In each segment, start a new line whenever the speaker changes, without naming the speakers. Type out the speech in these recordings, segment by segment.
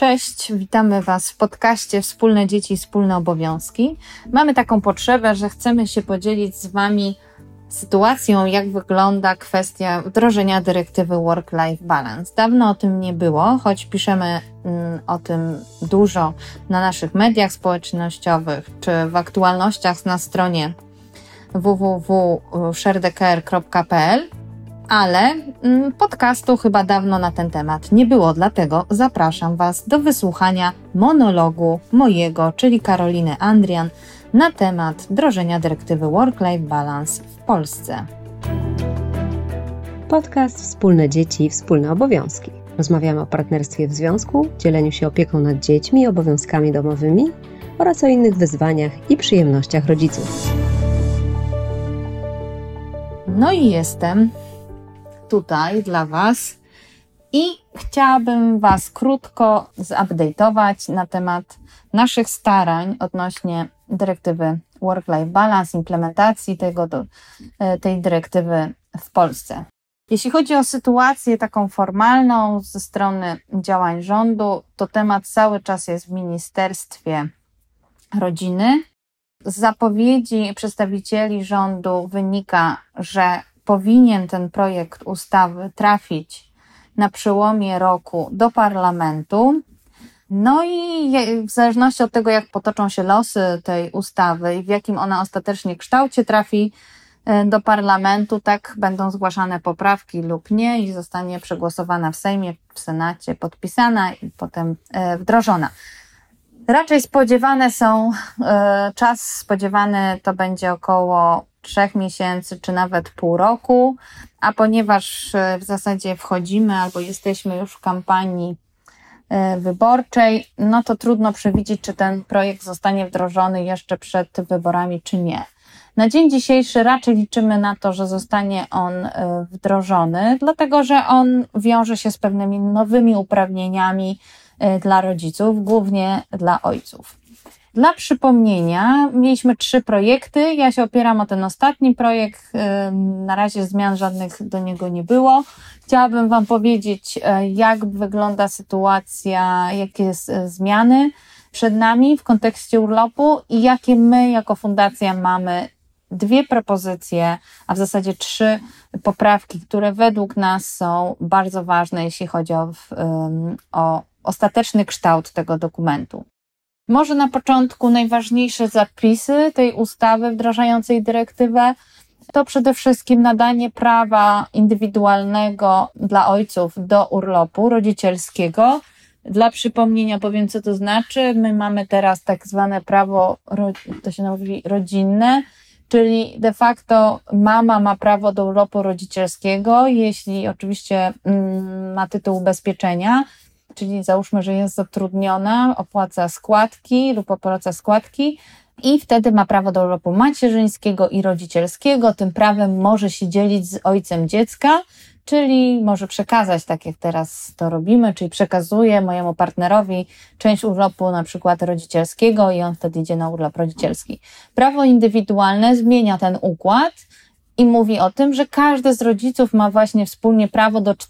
Cześć, witamy Was w podcaście Wspólne Dzieci, Wspólne Obowiązki. Mamy taką potrzebę, że chcemy się podzielić z Wami sytuacją, jak wygląda kwestia wdrożenia dyrektywy Work-Life Balance. Dawno o tym nie było, choć piszemy o tym dużo na naszych mediach społecznościowych czy w aktualnościach na stronie www.sharedecare.pl, ale podcastu chyba dawno na ten temat nie było, dlatego zapraszam Was do wysłuchania monologu mojego, czyli Karoliny Andrian, na temat wdrożenia dyrektywy Work-Life Balance w Polsce.
Podcast Wspólne Dzieci, Wspólne Obowiązki. Rozmawiamy o partnerstwie w związku, dzieleniu się opieką nad dziećmi, obowiązkami domowymi oraz o innych wyzwaniach i przyjemnościach rodziców.
No i jestem tutaj dla Was i chciałabym Was krótko zupdate'ować na temat naszych starań odnośnie dyrektywy Work-Life Balance, implementacji tej dyrektywy w Polsce. Jeśli chodzi o sytuację taką formalną ze strony działań rządu, to temat cały czas jest w Ministerstwie Rodziny. Z zapowiedzi przedstawicieli rządu wynika, że powinien ten projekt ustawy trafić na przełomie roku do parlamentu. No i w zależności od tego, jak potoczą się losy tej ustawy i w jakim ona ostatecznie kształcie trafi do parlamentu, tak będą zgłaszane poprawki lub nie i zostanie przegłosowana w Sejmie, w Senacie, podpisana i potem wdrożona. Raczej czas spodziewany to będzie około 3 miesięcy, czy nawet pół roku, a ponieważ w zasadzie wchodzimy albo jesteśmy już w kampanii wyborczej, no to trudno przewidzieć, czy ten projekt zostanie wdrożony jeszcze przed wyborami, czy nie. Na dzień dzisiejszy raczej liczymy na to, że zostanie on wdrożony, dlatego że on wiąże się z pewnymi nowymi uprawnieniami dla rodziców, głównie dla ojców. Dla przypomnienia, mieliśmy 3 projekty. Ja się opieram o ten ostatni projekt. Na razie zmian żadnych do niego nie było. Chciałabym Wam powiedzieć, jak wygląda sytuacja, jakie zmiany przed nami w kontekście urlopu i jakie my jako fundacja mamy 2 propozycje, a w zasadzie 3 poprawki, które według nas są bardzo ważne, jeśli chodzi o ostateczny kształt tego dokumentu. Może na początku najważniejsze zapisy tej ustawy wdrażającej dyrektywę to przede wszystkim nadanie prawa indywidualnego dla ojców do urlopu rodzicielskiego. Dla przypomnienia powiem, co to znaczy. My mamy teraz tak zwane prawo, to się mówi rodzinne, czyli de facto mama ma prawo do urlopu rodzicielskiego, jeśli oczywiście ma tytuł ubezpieczenia, czyli załóżmy, że jest zatrudniona, opłaca składki lub opłaca składki i wtedy ma prawo do urlopu macierzyńskiego i rodzicielskiego. Tym prawem może się dzielić z ojcem dziecka, czyli może przekazać, tak jak teraz to robimy, czyli przekazuje mojemu partnerowi część urlopu na przykład rodzicielskiego i on wtedy idzie na urlop rodzicielski. Prawo indywidualne zmienia ten układ i mówi o tym, że każdy z rodziców ma właśnie wspólnie prawo do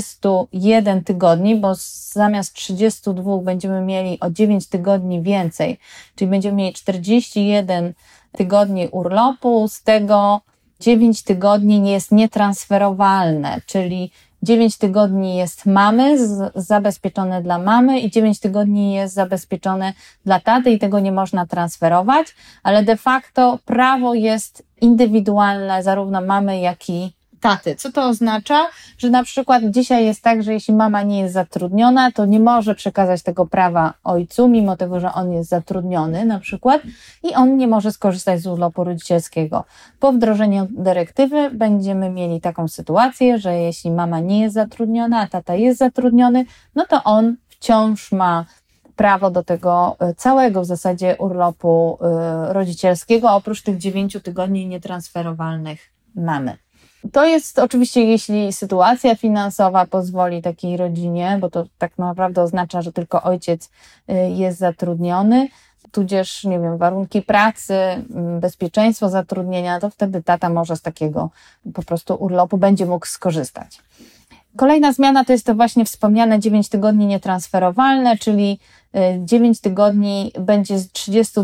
41 tygodni, bo zamiast 32 będziemy mieli o 9 tygodni więcej, czyli będziemy mieli 41 tygodni urlopu, z tego 9 tygodni jest nietransferowalne, czyli 9 tygodni jest zabezpieczone dla mamy i 9 tygodni jest zabezpieczone dla taty i tego nie można transferować, ale de facto prawo jest indywidualne zarówno mamy, jak i taty. Co to oznacza? Że na przykład dzisiaj jest tak, że jeśli mama nie jest zatrudniona, to nie może przekazać tego prawa ojcu, mimo tego, że on jest zatrudniony na przykład i on nie może skorzystać z urlopu rodzicielskiego. Po wdrożeniu dyrektywy będziemy mieli taką sytuację, że jeśli mama nie jest zatrudniona, a tata jest zatrudniony, no to on wciąż ma prawo do tego całego w zasadzie urlopu rodzicielskiego, oprócz tych 9 tygodni nietransferowalnych mamy. To jest oczywiście, jeśli sytuacja finansowa pozwoli takiej rodzinie, bo to tak naprawdę oznacza, że tylko ojciec jest zatrudniony, tudzież, nie wiem, warunki pracy, bezpieczeństwo zatrudnienia, to wtedy tata może z takiego po prostu urlopu będzie mógł skorzystać. Kolejna zmiana to jest to właśnie wspomniane 9 tygodni nietransferowalne, czyli 9 tygodni będzie z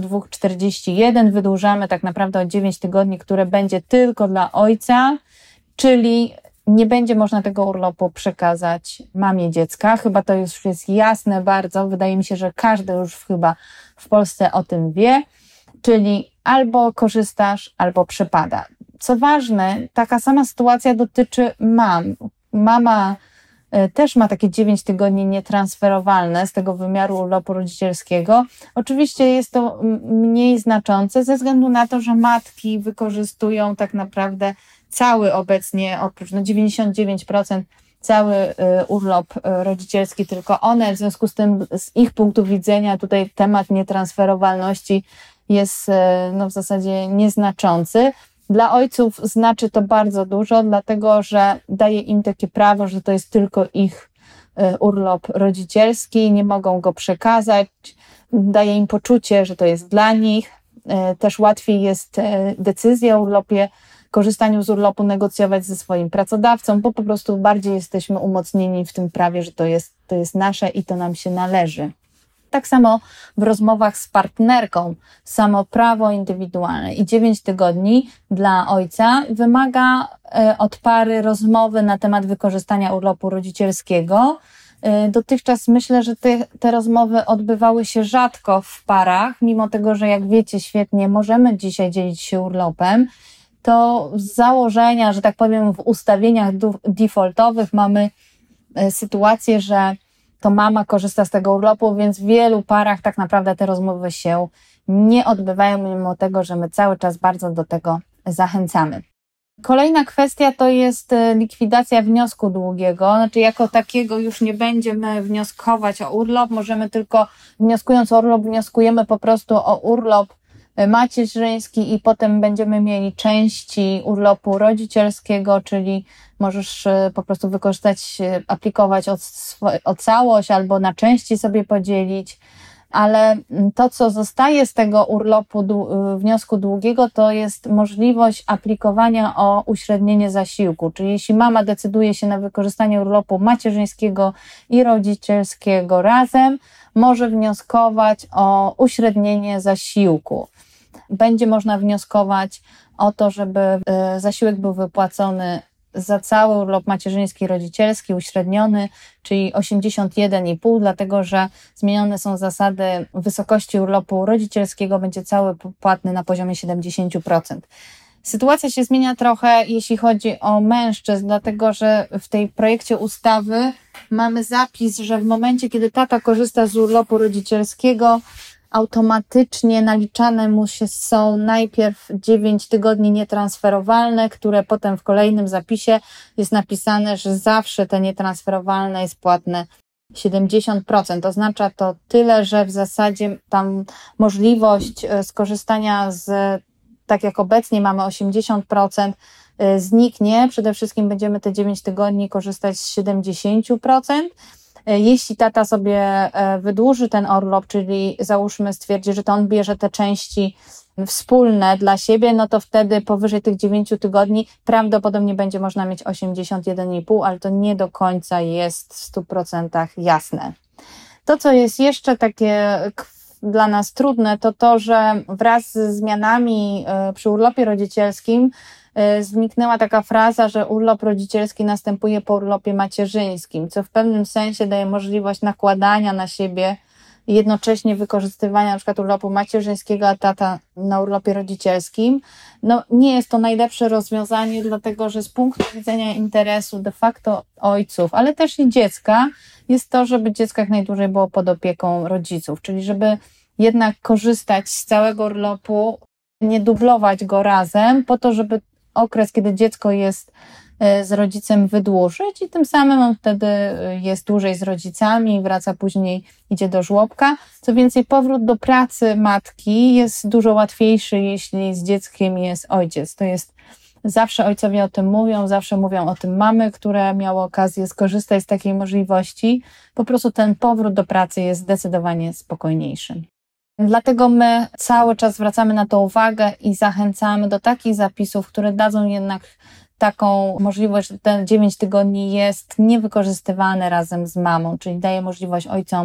32-41, wydłużamy tak naprawdę o 9 tygodni, które będzie tylko dla ojca, czyli nie będzie można tego urlopu przekazać mamie dziecka. Chyba to już jest jasne bardzo. Wydaje mi się, że każdy już chyba w Polsce o tym wie. Czyli albo korzystasz, albo przypada. Co ważne, taka sama sytuacja dotyczy mam. Mama też ma takie 9 tygodni nietransferowalne z tego wymiaru urlopu rodzicielskiego. Oczywiście jest to mniej znaczące ze względu na to, że matki wykorzystują tak naprawdę cały obecnie, oprócz 99% cały urlop rodzicielski, tylko one, w związku z tym z ich punktu widzenia tutaj temat nietransferowalności jest w zasadzie nieznaczący. Dla ojców znaczy to bardzo dużo, dlatego że daje im takie prawo, że to jest tylko ich urlop rodzicielski, nie mogą go przekazać, daje im poczucie, że to jest dla nich. Też łatwiej jest decyzję o urlopie, korzystaniu z urlopu negocjować ze swoim pracodawcą, bo po prostu bardziej jesteśmy umocnieni w tym prawie, że to jest nasze i to nam się należy. Tak samo w rozmowach z partnerką, samo prawo indywidualne i 9 tygodni dla ojca wymaga od pary rozmowy na temat wykorzystania urlopu rodzicielskiego. Dotychczas myślę, że te rozmowy odbywały się rzadko w parach, mimo tego, że jak wiecie świetnie, możemy dzisiaj dzielić się urlopem, to z założenia, że tak powiem w ustawieniach defaultowych mamy sytuację, że to mama korzysta z tego urlopu, więc w wielu parach tak naprawdę te rozmowy się nie odbywają, mimo tego, że my cały czas bardzo do tego zachęcamy. Kolejna kwestia to jest likwidacja wniosku długiego, znaczy jako takiego już nie będziemy wnioskować o urlop, możemy tylko wnioskując o urlop, wnioskujemy po prostu o urlop macierzyński i potem będziemy mieli części urlopu rodzicielskiego, czyli możesz po prostu wykorzystać, aplikować o całość albo na części sobie podzielić, ale to, co zostaje z tego urlopu wniosku długiego, to jest możliwość aplikowania o uśrednienie zasiłku, czyli jeśli mama decyduje się na wykorzystanie urlopu macierzyńskiego i rodzicielskiego razem, może wnioskować o uśrednienie zasiłku. Będzie można wnioskować o to, żeby zasiłek był wypłacony za cały urlop macierzyński i rodzicielski, uśredniony, czyli 81,5, dlatego że zmienione są zasady wysokości urlopu rodzicielskiego, będzie cały płatny na poziomie 70%. Sytuacja się zmienia trochę, jeśli chodzi o mężczyzn, dlatego że w tej projekcie ustawy mamy zapis, że w momencie, kiedy tata korzysta z urlopu rodzicielskiego, automatycznie naliczane mu się są najpierw 9 tygodni nietransferowalne, które potem w kolejnym zapisie jest napisane, że zawsze te nietransferowalne jest płatne 70%. Oznacza to tyle, że w zasadzie tam możliwość skorzystania z, tak jak obecnie mamy 80%, zniknie. Przede wszystkim będziemy te 9 tygodni korzystać z 70%. Jeśli tata sobie wydłuży ten urlop, czyli załóżmy stwierdzi, że to on bierze te części wspólne dla siebie, no to wtedy powyżej tych 9 tygodni prawdopodobnie będzie można mieć 81,5, ale to nie do końca jest w 100% jasne. To, co jest jeszcze takie dla nas trudne, to to, że wraz ze zmianami przy urlopie rodzicielskim zniknęła taka fraza, że urlop rodzicielski następuje po urlopie macierzyńskim, co w pewnym sensie daje możliwość nakładania na siebie i jednocześnie wykorzystywania na przykład urlopu macierzyńskiego, a tata na urlopie rodzicielskim. No, nie jest to najlepsze rozwiązanie, dlatego że z punktu widzenia interesu de facto ojców, ale też i dziecka, jest to, żeby dziecko jak najdłużej było pod opieką rodziców, czyli żeby jednak korzystać z całego urlopu, nie dublować go razem, po to, żeby okres, kiedy dziecko jest z rodzicem wydłużyć i tym samym on wtedy jest dłużej z rodzicami, wraca później, idzie do żłobka. Co więcej, powrót do pracy matki jest dużo łatwiejszy, jeśli z dzieckiem jest ojciec. To jest, zawsze ojcowie o tym mówią, zawsze mówią o tym mamy, które miały okazję skorzystać z takiej możliwości. Po prostu ten powrót do pracy jest zdecydowanie spokojniejszy. Dlatego my cały czas zwracamy na to uwagę i zachęcamy do takich zapisów, które dadzą jednak taką możliwość, że te 9 tygodni jest niewykorzystywane razem z mamą, czyli daje możliwość ojcom,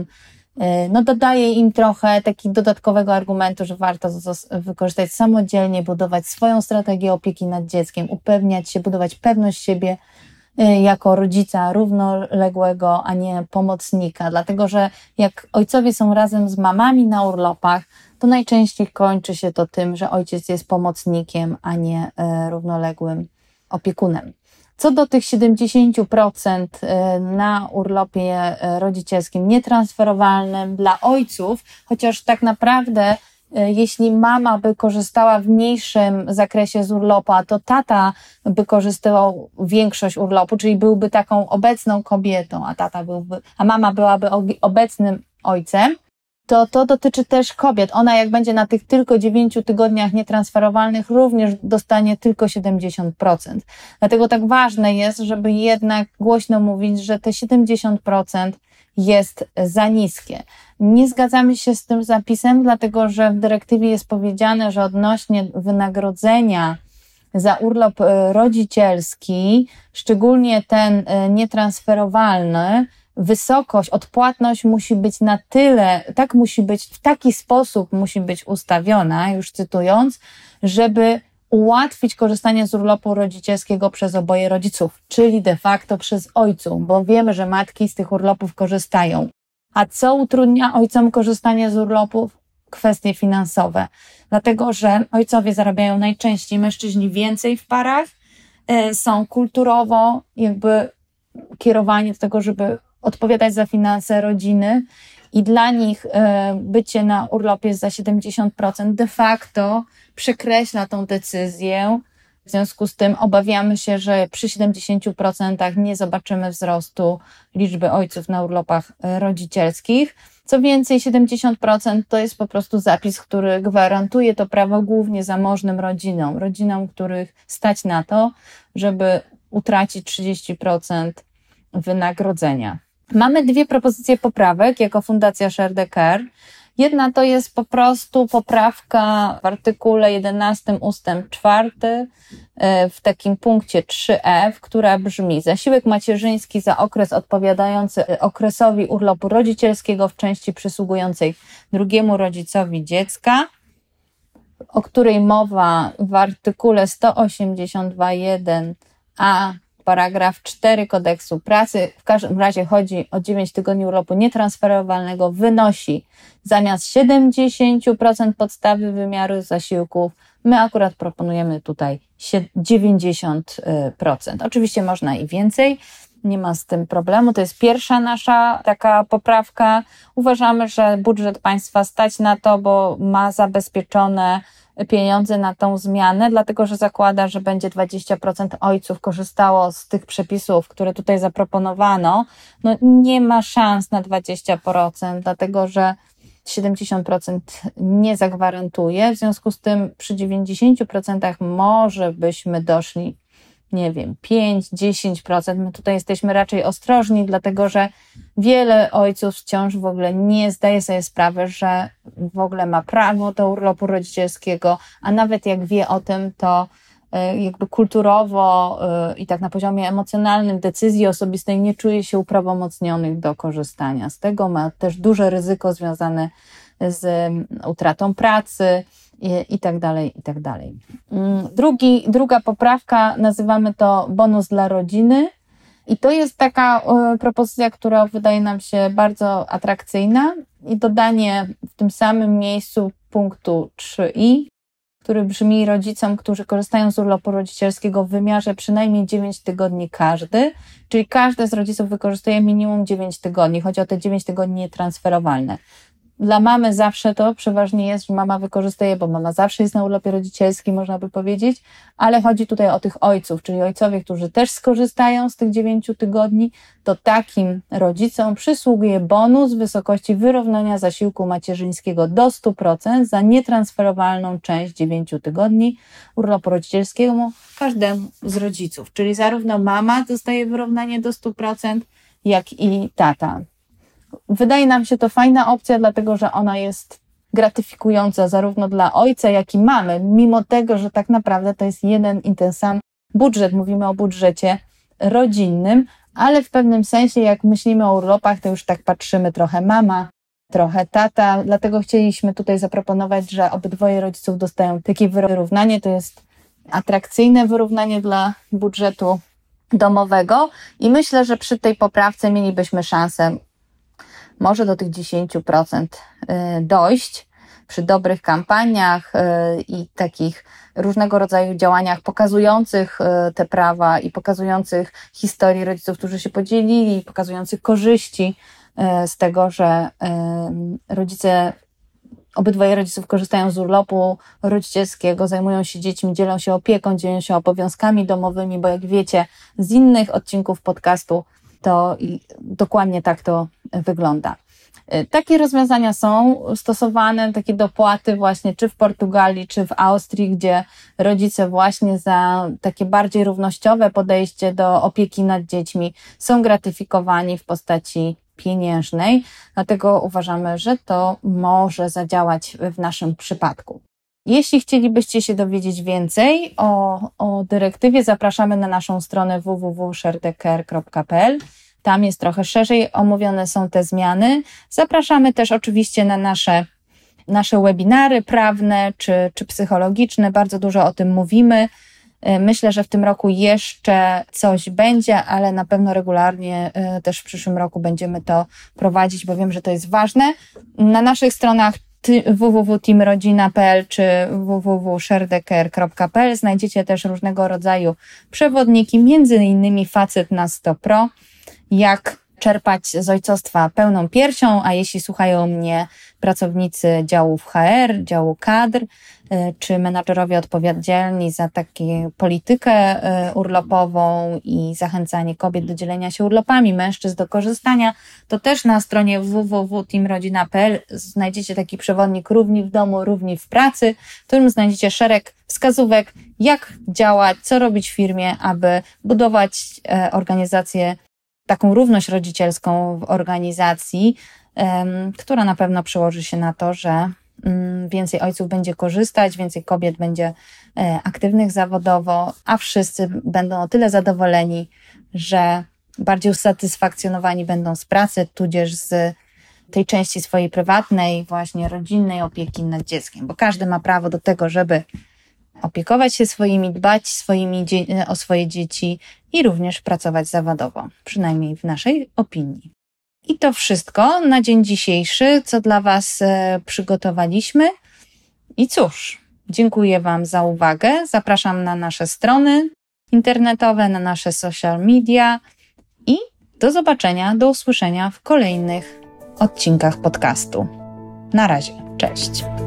dodaje im trochę takiego dodatkowego argumentu, że warto wykorzystać samodzielnie, budować swoją strategię opieki nad dzieckiem, upewniać się, budować pewność siebie jako rodzica równoległego, a nie pomocnika. Dlatego, że jak ojcowie są razem z mamami na urlopach, to najczęściej kończy się to tym, że ojciec jest pomocnikiem, a nie równoległym opiekunem. Co do tych 70% na urlopie rodzicielskim nietransferowalnym dla ojców, chociaż tak naprawdę jeśli mama by korzystała w mniejszym zakresie z urlopu, a to tata by korzystał większość urlopu, czyli byłby taką obecną kobietą, a mama byłaby obecnym ojcem, to dotyczy też kobiet. Ona jak będzie na tych tylko 9 tygodniach nietransferowalnych, również dostanie tylko 70%. Dlatego tak ważne jest, żeby jednak głośno mówić, że te 70% jest za niskie. Nie zgadzamy się z tym zapisem, dlatego że w dyrektywie jest powiedziane, że odnośnie wynagrodzenia za urlop rodzicielski, szczególnie ten nietransferowalny, wysokość, odpłatność musi być na tyle, w taki sposób musi być ustawiona, już cytując, żeby ułatwić korzystanie z urlopu rodzicielskiego przez oboje rodziców, czyli de facto przez ojców, bo wiemy, że matki z tych urlopów korzystają. A co utrudnia ojcom korzystanie z urlopów? Kwestie finansowe. Dlatego, że ojcowie zarabiają najczęściej, mężczyźni więcej w parach, są kulturowo kierowani do tego, żeby odpowiadać za finanse rodziny i dla nich bycie na urlopie za 70% de facto przekreśla tą decyzję. W związku z tym obawiamy się, że przy 70% nie zobaczymy wzrostu liczby ojców na urlopach rodzicielskich. Co więcej, 70% to jest po prostu zapis, który gwarantuje to prawo głównie zamożnym rodzinom, których stać na to, żeby utracić 30% wynagrodzenia. Mamy 2 propozycje poprawek jako Fundacja Share the Care. Jedna to jest po prostu poprawka w artykule 11 ustęp 4 w takim punkcie 3f, która brzmi: zasiłek macierzyński za okres odpowiadający okresowi urlopu rodzicielskiego w części przysługującej drugiemu rodzicowi dziecka, o której mowa w artykule 182.1a paragraf 4 kodeksu pracy, w każdym razie chodzi o 9 tygodni urlopu nietransferowalnego, wynosi zamiast 70% podstawy wymiaru zasiłków, my akurat proponujemy tutaj 90%. Oczywiście można i więcej, nie ma z tym problemu. To jest pierwsza nasza taka poprawka. Uważamy, że budżet państwa stać na to, bo ma zabezpieczone pieniądze na tą zmianę, dlatego że zakłada, że będzie 20% ojców korzystało z tych przepisów, które tutaj zaproponowano. Nie ma szans na 20%, dlatego że 70% nie zagwarantuje. W związku z tym przy 90% może byśmy doszli, 5-10%. My tutaj jesteśmy raczej ostrożni, dlatego że wiele ojców wciąż w ogóle nie zdaje sobie sprawy, że w ogóle ma prawo do urlopu rodzicielskiego, a nawet jak wie o tym, to kulturowo i tak na poziomie emocjonalnym decyzji osobistej nie czuje się uprawomocnionych do korzystania z tego. Ma też duże ryzyko związane z utratą pracy i tak dalej, i tak dalej. Druga poprawka, nazywamy to bonus dla rodziny i to jest taka propozycja, która wydaje nam się bardzo atrakcyjna i dodanie w tym samym miejscu punktu 3i, który brzmi: rodzicom, którzy korzystają z urlopu rodzicielskiego w wymiarze przynajmniej 9 tygodni każdy, czyli każdy z rodziców wykorzystuje minimum 9 tygodni, chodzi o te 9 tygodni nietransferowalne. Dla mamy zawsze to przeważnie jest, że mama wykorzystuje, bo mama zawsze jest na urlopie rodzicielskim, można by powiedzieć, ale chodzi tutaj o tych ojców, czyli ojcowie, którzy też skorzystają z tych 9 tygodni, to takim rodzicom przysługuje bonus w wysokości wyrównania zasiłku macierzyńskiego do 100% za nietransferowalną część 9 tygodni urlopu rodzicielskiego każdemu z rodziców, czyli zarówno mama dostaje wyrównanie do 100%, jak i tata. Wydaje nam się to fajna opcja, dlatego że ona jest gratyfikująca zarówno dla ojca, jak i mamy, mimo tego, że tak naprawdę to jest jeden i ten sam budżet, mówimy o budżecie rodzinnym, ale w pewnym sensie jak myślimy o urlopach, to już tak patrzymy trochę mama, trochę tata, dlatego chcieliśmy tutaj zaproponować, że obydwoje rodziców dostają takie wyrównanie, to jest atrakcyjne wyrównanie dla budżetu domowego i myślę, że przy tej poprawce mielibyśmy szansę może do tych 10% dojść przy dobrych kampaniach i takich różnego rodzaju działaniach pokazujących te prawa i pokazujących historię rodziców, którzy się podzielili, pokazujących korzyści z tego, że obydwoje rodziców korzystają z urlopu rodzicielskiego, zajmują się dziećmi, dzielą się opieką, dzielą się obowiązkami domowymi, bo jak wiecie z innych odcinków podcastu, to dokładnie tak to wygląda. Takie rozwiązania są stosowane, takie dopłaty właśnie czy w Portugalii, czy w Austrii, gdzie rodzice właśnie za takie bardziej równościowe podejście do opieki nad dziećmi są gratyfikowani w postaci pieniężnej, dlatego uważamy, że to może zadziałać w naszym przypadku. Jeśli chcielibyście się dowiedzieć więcej o dyrektywie, zapraszamy na naszą stronę www.sharedcare.pl. Tam jest trochę szerzej omówione są te zmiany. Zapraszamy też oczywiście na nasze webinary prawne czy psychologiczne. Bardzo dużo o tym mówimy. Myślę, że w tym roku jeszcze coś będzie, ale na pewno regularnie też w przyszłym roku będziemy to prowadzić, bo wiem, że to jest ważne. Na naszych stronach www.teamrodzina.pl czy www.sharedcare.pl znajdziecie też różnego rodzaju przewodniki, między innymi Facet na 100 Pro, jak czerpać z ojcostwa pełną piersią, a jeśli słuchają mnie pracownicy działów HR, działu kadr, czy menadżerowie odpowiedzialni za taką politykę urlopową i zachęcanie kobiet do dzielenia się urlopami, mężczyzn do korzystania, to też na stronie www.teamrodzina.pl znajdziecie taki przewodnik Równi w domu, równi w pracy, w którym znajdziecie szereg wskazówek, jak działać, co robić w firmie, aby budować organizację, taką równość rodzicielską w organizacji, która na pewno przełoży się na to, że więcej ojców będzie korzystać, więcej kobiet będzie aktywnych zawodowo, a wszyscy będą o tyle zadowoleni, że bardziej usatysfakcjonowani będą z pracy, tudzież z tej części swojej prywatnej, właśnie rodzinnej opieki nad dzieckiem, bo każdy ma prawo do tego, żeby opiekować się swoimi, dbać o swoje dzieci i również pracować zawodowo, przynajmniej w naszej opinii. I to wszystko na dzień dzisiejszy, co dla Was przygotowaliśmy. I cóż, dziękuję Wam za uwagę. Zapraszam na nasze strony internetowe, na nasze social media i do zobaczenia, do usłyszenia w kolejnych odcinkach podcastu. Na razie, cześć.